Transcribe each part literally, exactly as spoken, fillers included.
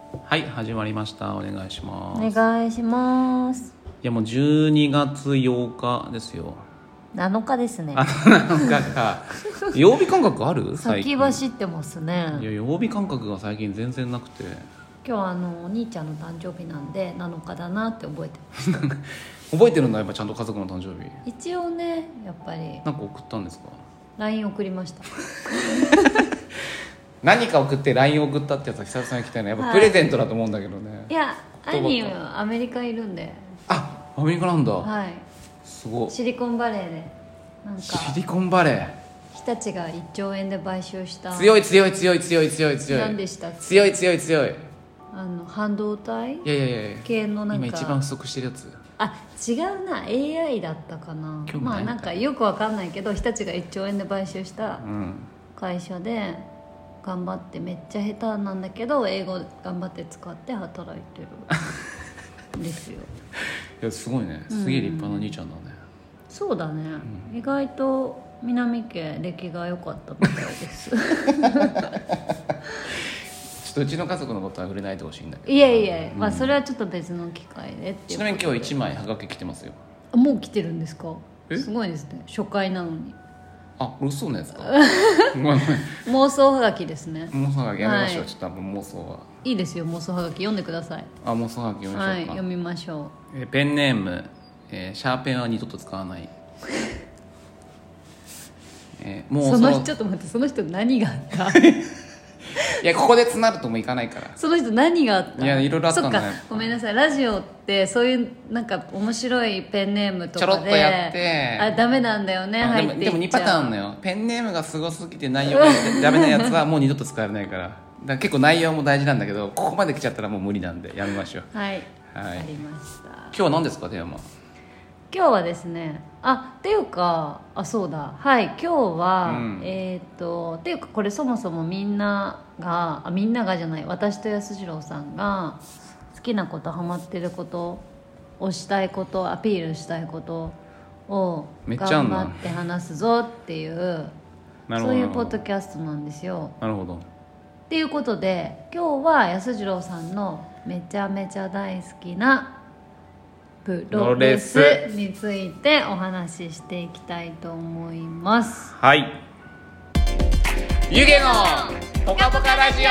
はい、始まりました。お願いします。 お願いします。 いやもうじゅうにがつようかですよ。 なのかですね。 あなのかか曜日感覚ある？最近先走ってますね。 いや曜日感覚が最近全然なくて、 今日あのお兄ちゃんの誕生日なんでなのかだなって覚えてました覚えてるんだ、やっぱちゃんと家族の誕生日。 一応ね、やっぱりなんか送ったんですか？ ライン 送りました何か送って ライン 送ったってやつは久々に来たよね。やっぱプレゼントだと思うんだけどね、 はい、いや兄はアメリカいるんで。 あ、アメリカなんだ。 はい、 すごい。 シリコンバレーでなんかシリコンバレー、 日立がいっちょうえんで買収した強い強い強い強い強い強い。 何でしたっけ？ 強い強い強い。 あの半導体いやいやいや系のなんか今一番不足してるやつ。 あ、違うな、 エーアイ だったかな。まあなんかよくわかんないけど、日立がいっちょうえんで買収した会社で頑張って、めっちゃ下手なんだけど英語頑張って使って働いてるんですよいやすごいね、すげえ立派な兄ちゃんだね、うん、 そうだね、うん、意外と南家歴が良かったみたいですちょっとうちの家族のことは触れないでほしいんだけど。 いやいや、うん、まあそれはちょっと別の機会でって。 ちなみに今日いちまいはがき来てますよ。 もう来てるんですか？すごいですね、初回なのに。 あ、嘘のやつか妄想はがきですね。 妄想はがきやめましょう、はい、ちょっと妄想はいいですよ。妄想はがき読んでください。 あ、妄想はがき読みましょうか。はい、 読みましょう。えペンネーム、えー、シャーペンは二度と使わないえー、もうそのそのちょっと待って、その人何があったいやここでつなるともいかないから。 その人何があった？ いやいろいろあったんだよ。 そっか、ごめんなさい。ラジオってそういうなんか面白いペンネームとかでちょろっとやってあ、ダメなんだよね。入っていっちゃう。 でも、でもにパターンあるのよ。ペンネームがすごすぎて内容がダメなやつはもう二度と使われないからだから結構内容も大事なんだけど、ここまで来ちゃったらもう無理なんでやめましょう。 はい、 はい、 わかりました。 今日は何ですかテーマ？ 今日はですね、あ、っていうか、あ、そうだ、はい、今日は、うん、えっ、ー、とっていうかこれそもそもみんながあみんながじゃない、私と安次郎さんが好きなこと、ハマってることをしたいこと、アピールしたいことを頑張って話すぞっていうそういうポッドキャストなんですよ。 なるほど。 っていうことで今日は安次郎さんのめちゃめちゃ大好きなプロレスについてお話ししていきたいと思います。 はい、湯気のポカポカラジオ。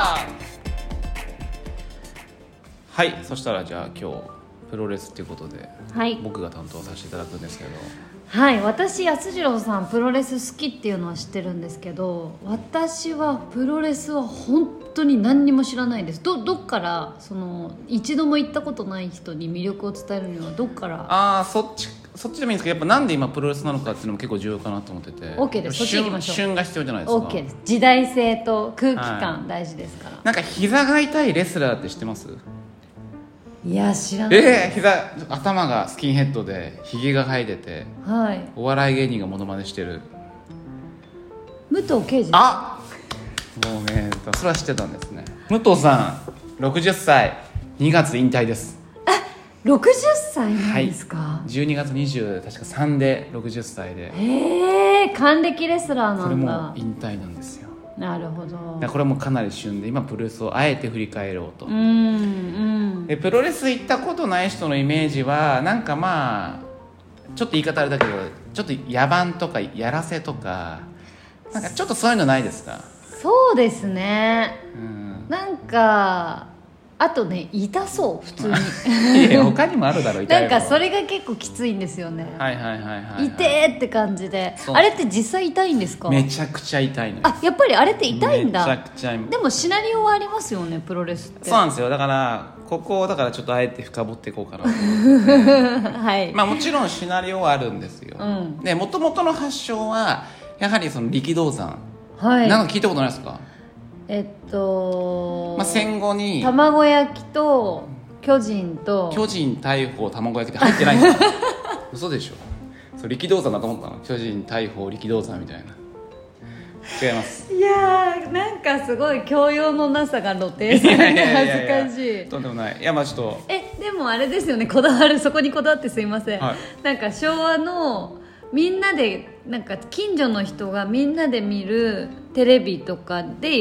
はい、そしたらじゃあ今日プロレスっていうことで、はい、僕が担当させていただくんですけど、 はい、私安次郎さんプロレス好きっていうのは知ってるんですけど、私はプロレスは本当に何にも知らないです。 ど, どっからその一度も行ったことない人に魅力を伝えるにはどっから？ ああ、そっちそっちでもいいんですけど、やっぱなんで今プロレスなのかっていうのも結構重要かなと思ってて。 OK です、そっち行きましょう。 旬が必要じゃないですか。 OK です。時代性と空気感大事ですから、はい、 なんか膝が痛いレスラーって知ってます？ いや知らない。 えー、膝頭がスキンヘッドでひげが生えてて、はい、お笑い芸人がモノマネしてる武藤敬司。 あ、もうね、それは知ってたんですね。武藤さんろくじゅっさい、にがつ引退です。 え、ろくじゅっさいなんですか？ はい、じゅうにがつにじゅう確かさんでろくじゅっさいで。 へえ、還暦レスラーなんだ。 これも引退なんですよ。 なるほど。 これもかなり旬で、今プロレスをあえて振り返ろうと。うん、うん、でプロレス行ったことない人のイメージはなんかまあちょっと言い方あれだけど、ちょっと野蛮とかやらせとか、なんかちょっとそういうのないですか？ そうですね、うん、なんかあとね、痛そう普通にいや他にもあるだろう。痛いなんかそれが結構きついんですよね。 はいはいはいはい、はい、 痛えって感じで。あれって実際痛いんですか？ めちゃくちゃ痛いのよ。 あ、やっぱりあれって痛いんだ。 めちゃくちゃ。 でもシナリオはありますよね、プロレスって。 そうなんですよ。だからここをだからちょっとあえて深掘っていこうかなと思ってはい、まあもちろんシナリオはあるんですよ、うん、で元々の発祥はやはりその力道山、はい、なんか聞いたことないですか？えっと、まあ、戦後に卵焼きと巨人と巨人大砲卵焼きって入ってないんだ嘘でしょ。そう力道山だと思ったの。巨人大砲力道山みたいな。違います。 いやー、なんかすごい教養のなさが露呈されて恥ずかしい。 とんでもない。いやまあちょっとえでもあれですよね、こだわる、そこにこだわってすいません、はい、なんか昭和のみんなでなんか近所の人がみんなで見るテレビとかで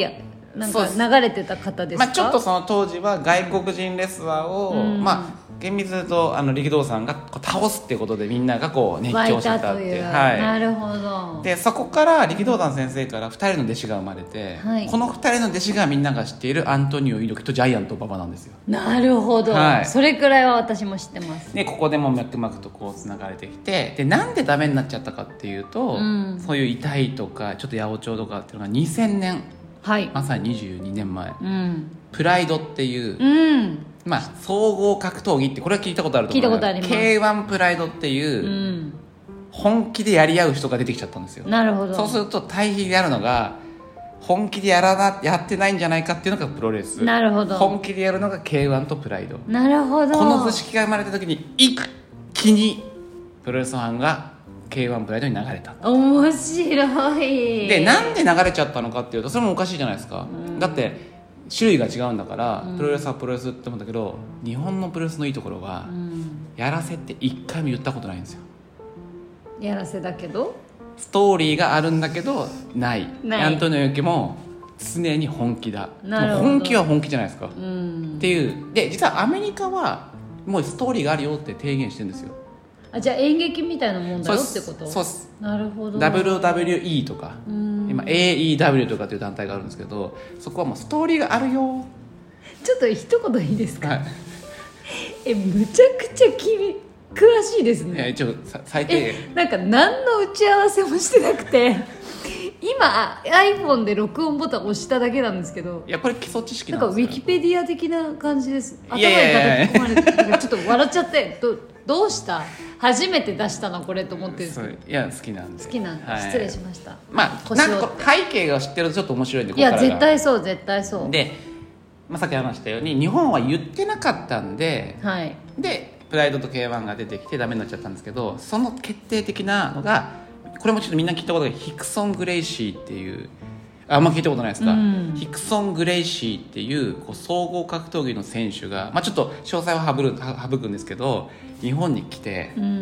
なんか流れてた方ですか？ まあ、ちょっとその当時は外国人レスラーを、うん、まあ厳密に言うとあの力道山がこう倒すっていうことでみんながこう熱狂してたっていう、 はい、なるほど。 でそこから力道山先生からふたりの弟子が生まれて、はい、このふたりの弟子がみんなが知っているアントニオ猪木とジャイアント馬場なんですよ。 なるほど、はい、それくらいは私も知ってます。 でここでも脈々とこうつながれてきて、でなんでダメになっちゃったかっていうと、うん、そういう痛いとかちょっと八百長とかっていうのがにせんねん、はい、まさににじゅうにねんまえ、うん、プライドっていう、うんまあ、総合格闘技ってこれは聞いたことあると思う。 聞いたことあります。 ケーワン プライドっていう、うん、本気でやり合う人が出てきちゃったんですよ。 なるほど。 そうすると対比であるのが本気でやらなやってないんじゃないかっていうのがプロレス。 なるほど。 本気でやるのが ケーワン とプライド。 なるほど。 この図式が生まれた時に一気にプロレスファンが ケーワン プライドに流れた。 面白い。 でなんで流れちゃったのかっていうとそれもおかしいじゃないですか、うん、だって種類が違うんだから、うん、プロレスはプロレスって思うんだけど、日本のプロレスのいいところは、うん、やらせって一回も言ったことないんですよ。 やらせだけどストーリーがあるんだけどないアントニオ猪木も常に本気だ。本気は本気じゃないですか、うん、っていうで実はアメリカはもうストーリーがあるよって提言してるんですよ。 あ、じゃあ演劇みたいなもんだよってこと？ そうです。 なるほど。 ダブリューダブリューイー とか今 エーイーダブリュー とかっていう団体があるんですけど、そこはもうストーリーがあるよ。 ちょっと一言いいですか、はい、えむちゃくちゃきび詳しいですね。 いや一応最低限なんか何の打ち合わせもしてなくて今 iPhone で録音ボタン押しただけなんですけど、 いやこれ基礎知識なんですよ。なんかウィキペディア的な感じです。頭に叩き込まれてちょっと笑っちゃってど, どうした初めて出したのこれと思ってるんですけど。 いや好きなんです。 好きなん、はい、失礼しました。 まあなんか背景が知ってるとちょっと面白いんで、 いや絶対そう絶対そうで、まあ、さっき話したように日本は言ってなかったんで、はい、でプライドと ケーワン が出てきてダメになっちゃったんですけど、その決定的なのがこれもちょっとみんな聞いたことないヒクソン・グレイシーっていう、あんま聞いたことないですか、うん、ヒクソン・グレイシーっていうこう総合格闘技の選手が、まあ、ちょっと詳細は省く、省くんですけど日本に来て、うん、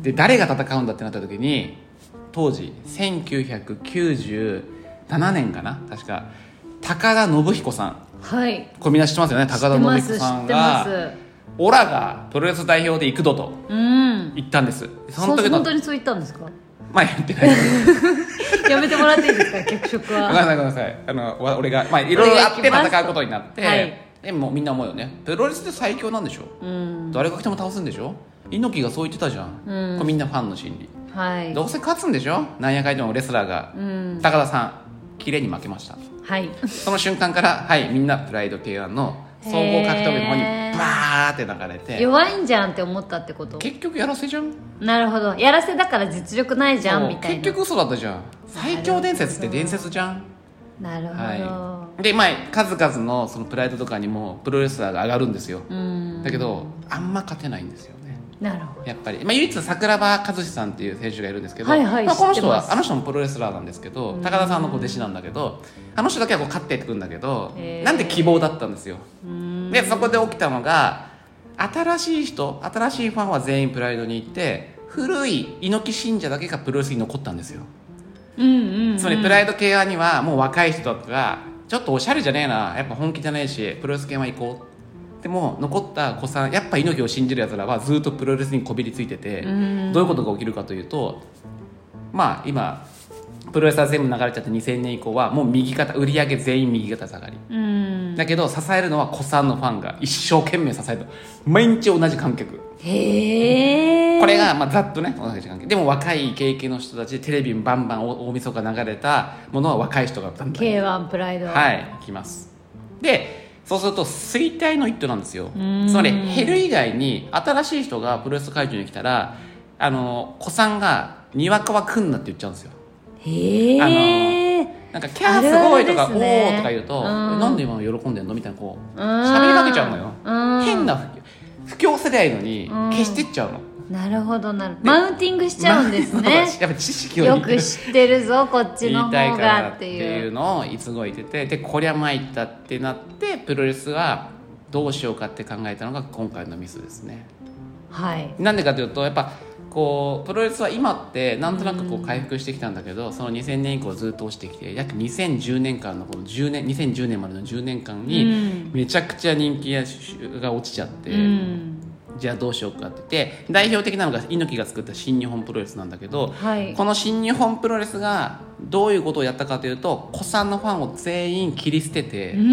で誰が戦うんだってなった時に当時せんきゅうひゃくきゅうじゅうななねんかな確か高田信彦さん、 はい、 これみんな知ってますよね。高田信彦さんがオラがプロレス代表で行くぞと言ったんです、うん、 その時の本当にそう言ったんですか？ まあ言ってないやめてもらっていいですか脚色は。 ごめんなさいごめんなさい、あの俺がまあいろいろあって戦うことになって、はい、でもみんな思うよね、プロレスって最強なんでしょ、うん、誰が来ても倒すんでしょ。猪木がそう言ってたじゃん、うん、これみんなファンの心理、はい、どうせ勝つんでしょなんやかんやもレスラーが、うん、高田さん綺麗に負けました、はい、その瞬間からはいみんなプライド ケーワン の総合格闘技の方にバーって流れて、 弱いんじゃんって思ったってこと。 結局やらせじゃん。 なるほど、やらせだから実力ないじゃんみたいな。 結局嘘だったじゃん。最強伝説って伝説じゃん。 なるほど、はい、でまあ数々のそのプライドとかにもプロレスラーが上がるんですよ。うんだけどあんま勝てないんですよね。 なるほど。 やっぱり、まあ、唯一桜庭和志さんっていう選手がいるんですけど、 はいはい、 まあ、この人はあの人もプロレスラーなんですけど、高田さんの弟子なんだけど、あの人だけはこう勝っていくんだけど、なんで希望だったんですよ。でそこで起きたのが新しい人新しいファンは全員プライドに行って古い猪木信者だけがプロレスに残ったんですよ。うんうんうん、つまりプライド ケーワン にはもう若い人とかがちょっとおしゃれじゃねえなやっぱ本気じゃねえしプロレス ケーワン 行こう。でも残った子さんやっぱ猪木を信じるやつらはずっとプロレスにこびりついてて、どういうことが起きるかというと、まあ今プロレスは全部流れちゃってにせんねん以降はもう右肩売り上げ全員右肩下がり、だけど支えるのは子さんのファンが一生懸命支える毎日同じ観客。へー、これがまあざっとね同じ観客でも若い経験の人たちテレビにバンバン大晦日流れたものは若い人がだんだんケーワン プライドはい来ます。でそうすると衰退の一途なんですよ。つまり減る以外に新しい人がプロレス会場に来たらあの子さんがにわかは来んなって言っちゃうんですよ。へえ。あのなんかキャーすごいとか、ね、おーとか言うとなんで今喜んでんのみたいなこう喋りかけちゃうのよ。変な不況世代のに消してっちゃうの。 なるほどなるほど。マウンティングしちゃうんですね。 やっぱ知識をよく知ってるぞこっちの方がっていうっていうのをいつごいてて、でこりゃ参ったってなってプロレスはどうしようかって考えたのが今回のミスですね。はい。なんでかというとやっぱこうプロレスは今ってなんとなくこう回復してきたんだけど、そのにせんねん以降ずっと落ちてきて、約にせんじゅうねんかんのこのじゅうねんにせんじゅうねんまでのじゅうねんかんにめちゃくちゃ人気が落ちちゃって、うん、じゃあどうしようかって言って代表的なのが猪木が作った新日本プロレスなんだけど、はい、この新日本プロレスがどういうことをやったかというと、古参のファンを全員切り捨てて、うん、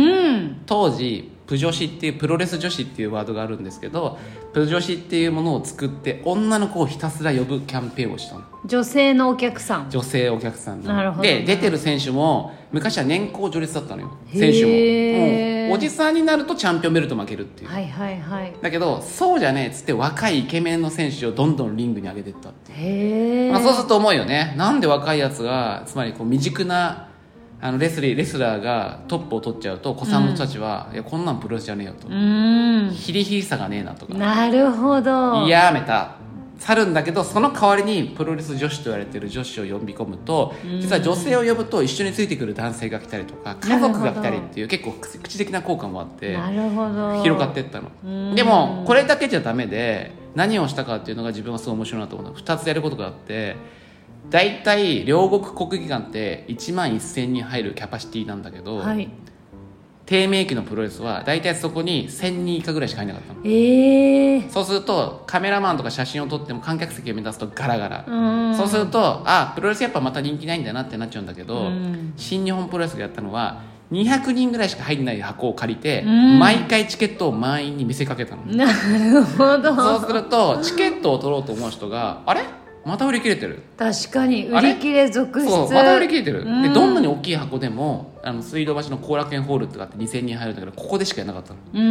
当時プ女子っていうプロレス女子っていうワードがあるんですけど、プ女子っていうものを作って女の子をひたすら呼ぶキャンペーンをしたの。 女性のお客さん女性お客さんなるほど。 で出てる選手も昔は年功序列だったのよ。選手ももうおじさんになるとチャンピオンベルト負けるっていう、 はいはいはい、 だけどそうじゃねえっつって若いイケメンの選手をどんどんリングに上げていったっていう。へ、まあ、そうすると思うよね。なんで若いやつがつまりこう未熟なあのレスリーレスラーがトップを取っちゃうと、古参の人たちは、うん、いやこんなんプロレスじゃねえよと、うん、ヒリヒリさがねえなとか、 なるほど、 やめた去るんだけど、その代わりにプロレス女子と言われている女子を呼び込むと、実は女性を呼ぶと一緒についてくる男性が来たりとか家族が来たりっていう結構口的な効果もあってなるほど広がっていったの。でもこれだけじゃダメで、何をしたかっていうのが自分はすごい面白いなと思うの。ふたつやることがあって、だいたい両国国技館っていちまんせんにん入るキャパシティなんだけど、はい、低迷期のプロレスはだいたいそこにせんにん以下ぐらいしか入らなかったの、えー、そうするとカメラマンとか写真を撮っても観客席を目指すとガラガラ、うん、そうするとあプロレスやっぱまた人気ないんだなってなっちゃうんだけど、うん、新日本プロレスがやったのはにひゃくにんぐらいしか入んない箱を借りて、うん、毎回チケットを満員に見せかけたの。 なるほど。 そうするとチケットを取ろうと思う人があれまた売り切れてる、 確かに売り切れ続出、 そうまた売り切れてる、うん、でどんなに大きい箱でもあの水道橋の後楽園ホールってあってにせんにん入るんだけど、ここでしかやらなかったの、うん、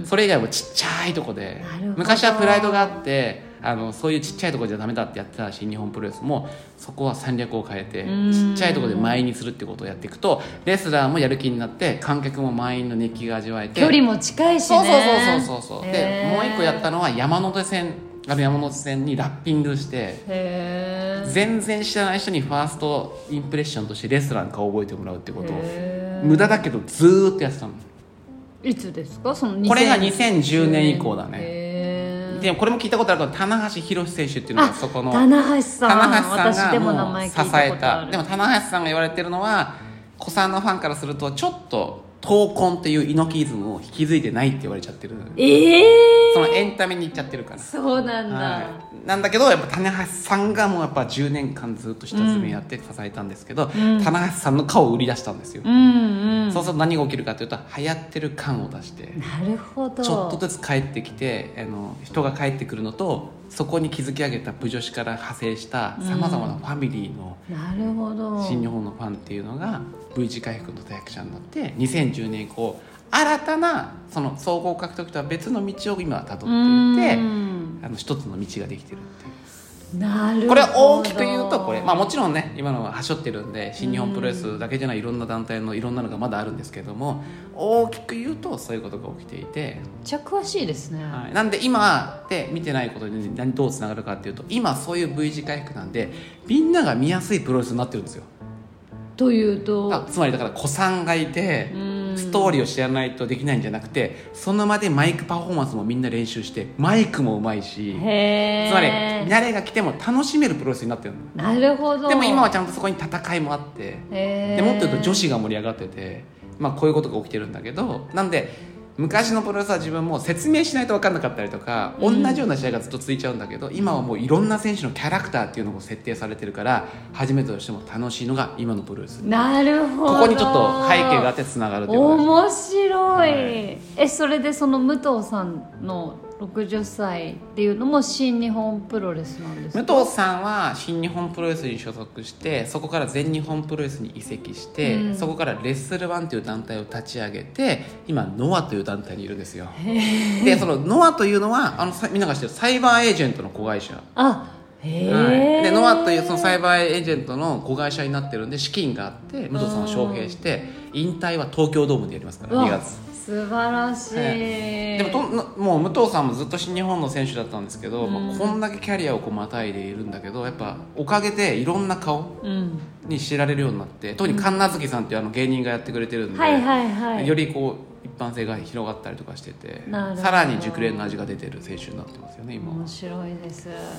それ以外はちっちゃいとこで、昔はプライドがあってあのそういうちっちゃいところじゃダメだってやってた新日本プロレスもそこは戦略を変えて、ちっちゃいところで満員にするってことをやっていくと、レスラーもやる気になって観客も満員の熱気が味わえて、 距離も近いしね。 そうそうそうそうそう、でもう一個やったのは山手線ある山手線にラッピングして、へ全然知らない人にファーストインプレッションとしてレスラーの顔を覚えてもらうってことを無駄だけどずーっとやってたの。 いつですかそのこれがにせんじゅうねん以降だね。でもこれも聞いたことあるけど棚橋宏選手っていうのがそこの棚橋さん棚橋さんがもう支えた。 でも棚橋さんが言われてるのは古参のファンからするとちょっと闘魂っていう猪木イズムを引き継いでないって言われちゃってる。ええー、そのエンタメに行っちゃってるから。 そうなんだ、はい、 なんだけどやっぱ棚橋さんがもうやっぱじゅうねんかんずっと下積みやって支えたんですけど、うん、棚橋さんの顔を売り出したんですよ、うんうん、そうすると何が起きるかというと流行ってる感を出して、 なるほど、 ちょっとずつ帰ってきてあの人が帰ってくるのと、そこに築き上げたプ女子から派生したさまざまなファミリーの、 うん、なるほど、 新日本のファンっていうのが V 字回復の立役者になってにせんじゅうねん以降新たなその総合格闘技とは別の道を今はたどっていて、あの一つの道ができてるっていう。 なるほど。 これは大きく言うとこれ、まあ、もちろんね今のははしょってるんで新日本プロレスだけじゃないいろんな団体のいろんなのがまだあるんですけども、大きく言うとそういうことが起きていて、めっちゃ詳しいですね、 はい、なんで今で見てないことに何どうつながるかっていうと、今そういう V 字回復なんでみんなが見やすいプロレスになってるんですよ。 というとあつまりだから古参がいてストーリーを知らないとできないんじゃなくて、その場でマイクパフォーマンスもみんな練習してマイクもうまいし、へつまり誰が来ても楽しめるプロレスになってるの。 なるほど。 でも今はちゃんとそこに戦いもあって、へでもっと言うと女子が盛り上がってて、まあ、こういうことが起きてるんだけど、なんで昔のプロレスは自分も説明しないと分かんなかったりとか、同じような試合がずっと続いちゃうんだけど、今はもういろんな選手のキャラクターっていうのが設定されてるから、初めてとしても楽しいのが今のプロレス。 なるほど。 ここにちょっと背景があってつながるっていうことです。 面白い、はい、えそれでその武藤さんのろくじゅっさいっていうのも新日本プロレスなんですか？ 武藤さんは新日本プロレスに所属して、そこから全日本プロレスに移籍して、うん、そこからレッスルワンという団体を立ち上げて、今ノアという団体にいるんですよ。でそのノアというのはあのみんなが知ってるサイバーエージェントの子会社。あへはい、でノアというそのサイバーエージェントの子会社になってるんで、資金があって武藤さんを招聘して引退は東京ドームでやりますからにがつ。 素晴らしい、はい、 でもともう武藤さんもずっと新日本の選手だったんですけど、うんまあ、こんだけキャリアをこうまたいでいるんだけど、やっぱおかげでいろんな顔に知られるようになって、うん、特に神奈月さんっていうあの芸人がやってくれてるんで、はいはいはい、よりこう一般性が広がったりとかしてて、さらに熟練の味が出てる選手になってますよね今。 面白いです。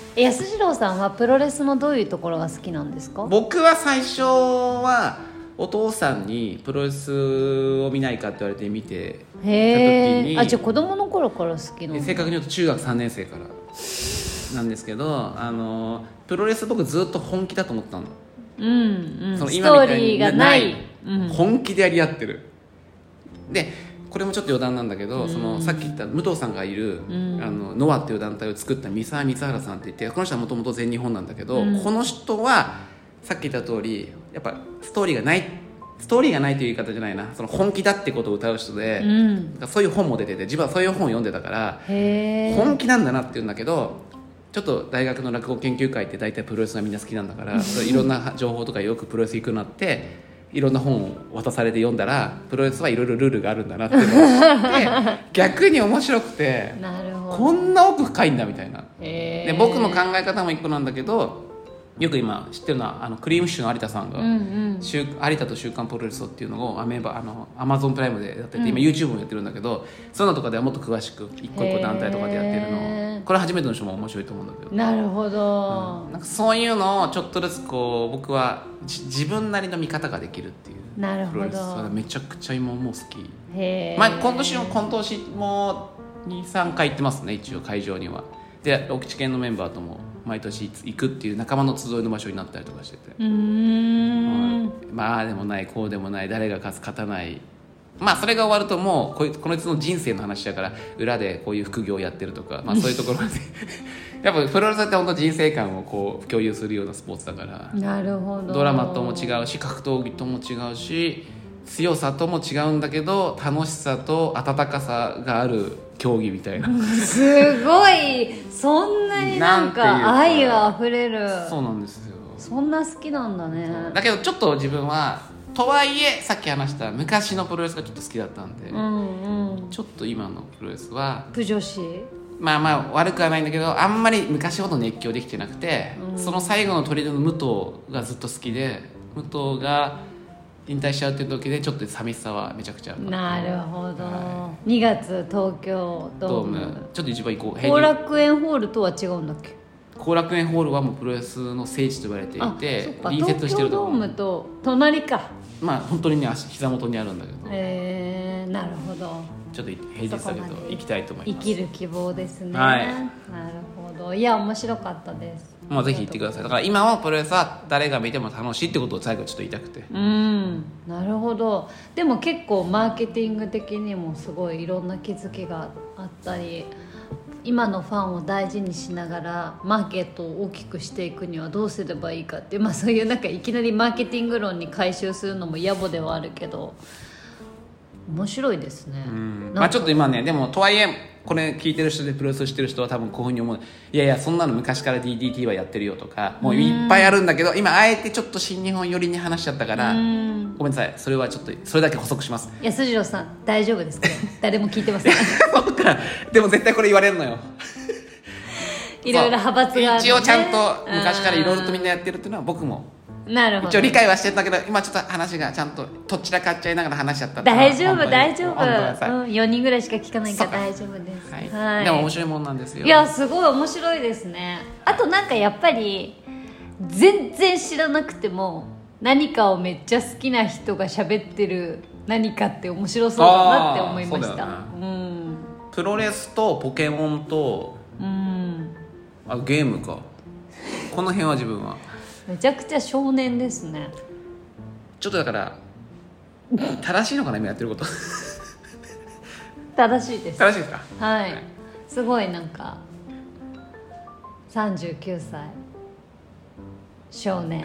安次郎さんはプロレスのどういうところが好きなんですか？ 僕は最初はお父さんにプロレスを見ないかって言われて見てた時に、 あ、じゃあ子供の頃から好きなの？ 正確に言うと中学さんねん生からなんですけど、あのプロレス僕ずっと本気だと思ったの。 うんうん、その今みたいにストーリーがない、 うん、本気でやり合ってる。でこれもちょっと余談なんだけど、うん、そのさっき言った武藤さんがいる、うん、あのノアっていう団体を作った三沢光晴さんって言って、この人はもともと全日本なんだけど、うん、この人はさっき言った通りやっぱストーリーがないストーリーがないという言い方じゃないな、その本気だってことを歌う人で、うん、そういう本も出てて、自分はそういう本を読んでたから本気なんだなって言うんだけど、ちょっと大学の落語研究会って大体プロレスがみんな好きなんだからいろんな情報とかよくプロレス行くなっていろんな本を渡されて読んだら、プロレスはいろいろルールがあるんだなっていうのを知って逆に面白くて、 なるほど、 こんな奥深いんだみたいな。で僕の考え方も一個なんだけど、よく今知ってるのはあのクリームシチューの有田さんが、うんうん、有田と週刊プロレスっていうのをアメーバあのアマゾンプライムでやってて、うん、今 YouTube もやってるんだけど、そういうのとかではもっと詳しく一個一個団体とかでやってるの、これ初めての人も面白いと思うんだけど。 なるほど、 うん、なんかそういうのをちょっとずつこう僕は自分なりの見方ができるっていう。 なるほど、プロレスはめちゃくちゃ今もう好き。へ、まあ、今年も今年も にさんかい行ってますね、一応会場には。で六地研のメンバーとも毎年行くっていう仲間の集いの場所になったりとかしてて、うーん、はい、まあでもないこうでもない、誰が勝つ勝たない、まあそれが終わるともうこいこの人の人生の話だから裏でこういう副業をやってるとか、まあ、そういうところでやっぱプロレスって本当人生観をこう共有するようなスポーツだから。 なるほど、 ドラマとも違うし格闘技とも違うし強さとも違うんだけど楽しさと温かさがある競技みたいなすごい、そんなになんか愛があふれる。 そうなんですよ、 そんな好きなんだね。 だけどちょっと自分はとはいえさっき話した昔のプロレスがちょっと好きだったんで、うんうん、ちょっと今のプロレスはプ女子まあまあ悪くはないんだけど、あんまり昔ほど熱狂できてなくて、うん、その最後の砦の武藤がずっと好きで、武藤が引退しちゃうっていう時でちょっと寂しさはめちゃくちゃある。 なるほど、はい、にがつ東京ドーム、 ドームちょっと一番行こう。 後楽園ホールとは違うんだっけ？ 後楽園ホールはもうプロレスの聖地と言われていて、隣接してるところ、 東京ドームと隣か、 まあ本当にね足膝元にあるんだけど、 えー、なるほど、 ちょっと平日だけど行きたいと思います。 生きる希望ですね、 はい、 なるほど、いや面白かったです。 まあ、ぜひ行ってください。だから今はプロレスは誰が見ても楽しいってことを最後ちょっと言いたくて。 うん、なるほど。でも結構マーケティング的にもすごいいろんな気づきがあったり、今のファンを大事にしながらマーケットを大きくしていくにはどうすればいいかって、まあ、そういうなんかいきなりマーケティング論に回収するのも野暮ではあるけど面白いですね。 うん、まあ、ちょっと今ね、でもとはいえこれ聞いてる人でプロレスしてる人は多分こういうふうに思う。いやいやそんなの昔から ディーディーティー はやってるよとか、もういっぱいあるんだけど、今あえてちょっと新日本寄りに話しちゃったから、ごめんなさい、それはちょっとそれだけ補足します。 安次郎さん大丈夫ですか？誰も聞いてませんそうか、でも絶対これ言われるのよいろいろ派閥がある、ね、 一応ちゃんと昔からいろいろとみんなやってるっていうのは僕もなるほど、 一応理解はしてたけど、今ちょっと話がちゃんととっちらかっちゃいながら話しちゃった。 大丈夫大丈夫、うん、よにんぐらいしか聞かないから大丈夫です、 はいはい、でも面白いもんなんですよ。 いやすごい面白いですね。あとなんかやっぱり全然知らなくても何かをめっちゃ好きな人が喋ってる何かって面白そうだなって思いました、ね、うん、 プロレスとポケモンと、うん、あゲームかこの辺は自分はめちゃくちゃ少年ですね。 ちょっとだから正しいのかな今やってること正しいです。 正しいですか？ はい、はい、すごいなんかさんじゅうきゅうさい少年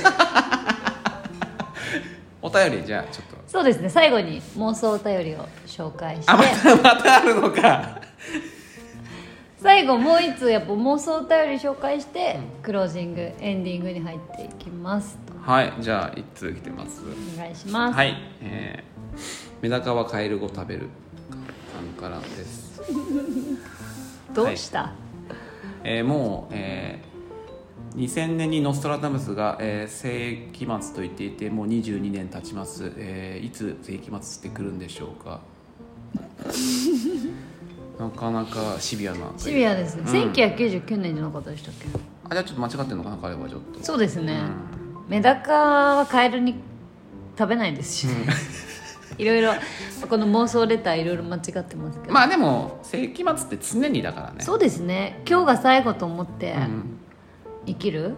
お便りじゃあちょっとそうですね、最後に妄想お便りを紹介して、 あまたまたあるのか最後もう一つやっぱ妄想お便り紹介して、うん、クロージングエンディングに入っていきますと。 はい、じゃあ一通来てます。 お願いします。 はい、えー、メダカはカエル語食べるさんからですどうした、はい、 えー、もう、えー、にせんねんにノストラダムスが、えー、世紀末と言っていてもうにじゅうにねん経ちます、えー、いつ世紀末ってくるんでしょうかなかなかシビアなシビアですね、うん、せんきゅうひゃくきゅうじゅうきゅうねんじゃなかったでしたっけ。 あ、じゃあちょっと間違ってるのかな、彼はちょっと。 そうですね、うん、メダカはカエルに食べないですし、ね、うん、いろいろこの妄想レターいろいろ間違ってますけど、 まあでも世紀末って常にだからね。 そうですね、今日が最後と思って生きる、うん、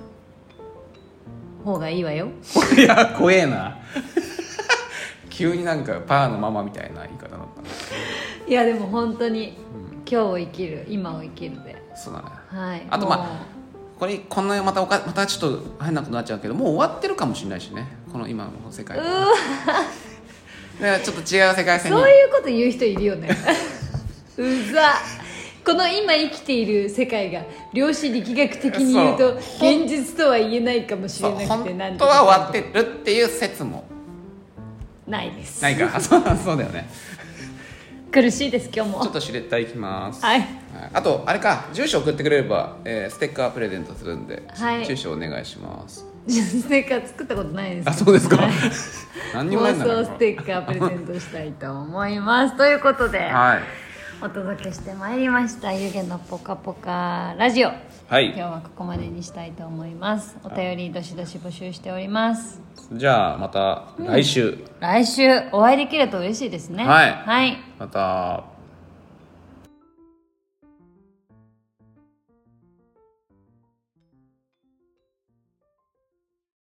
方がいいわよ。 いや怖えな急になんかパーのママみたいな言い方だった。 いやでも本当に、うん、今日を生きる、今を生きるで。 そうだね、 はい、 あとまあこれこんなまたおかまたちょっと変なことになっちゃうけど、もう終わってるかもしれないしね、この今の世界は。うわだからちょっと違う世界線に。 そういうこと言う人いるよねうざ。この今生きている世界が量子力学的に言うと現実とは言えないかもしれなくて、 本当は終わってるっていう説もないです。 ないか。そうそうだよね。 苦しいです今日も。 ちょっとシュレッダーいきます。 はい。 あとあれか、住所送ってくれれば、えー、ステッカープレゼントするんで、 はい、 住所お願いします。 ステッカー作ったことないです。 あ、そうですか。 はい、 何にもないんだ妄想ステッカープレゼントしたいと思いますということで、はい、お届けしてまいりました湯気のポカポカラジオ、はい、今日はここまでにしたいと思います。お便りどしどし募集しております。 じゃあまた来週、うん、 来週お会いできると嬉しいですね。 はい、 はい、 また。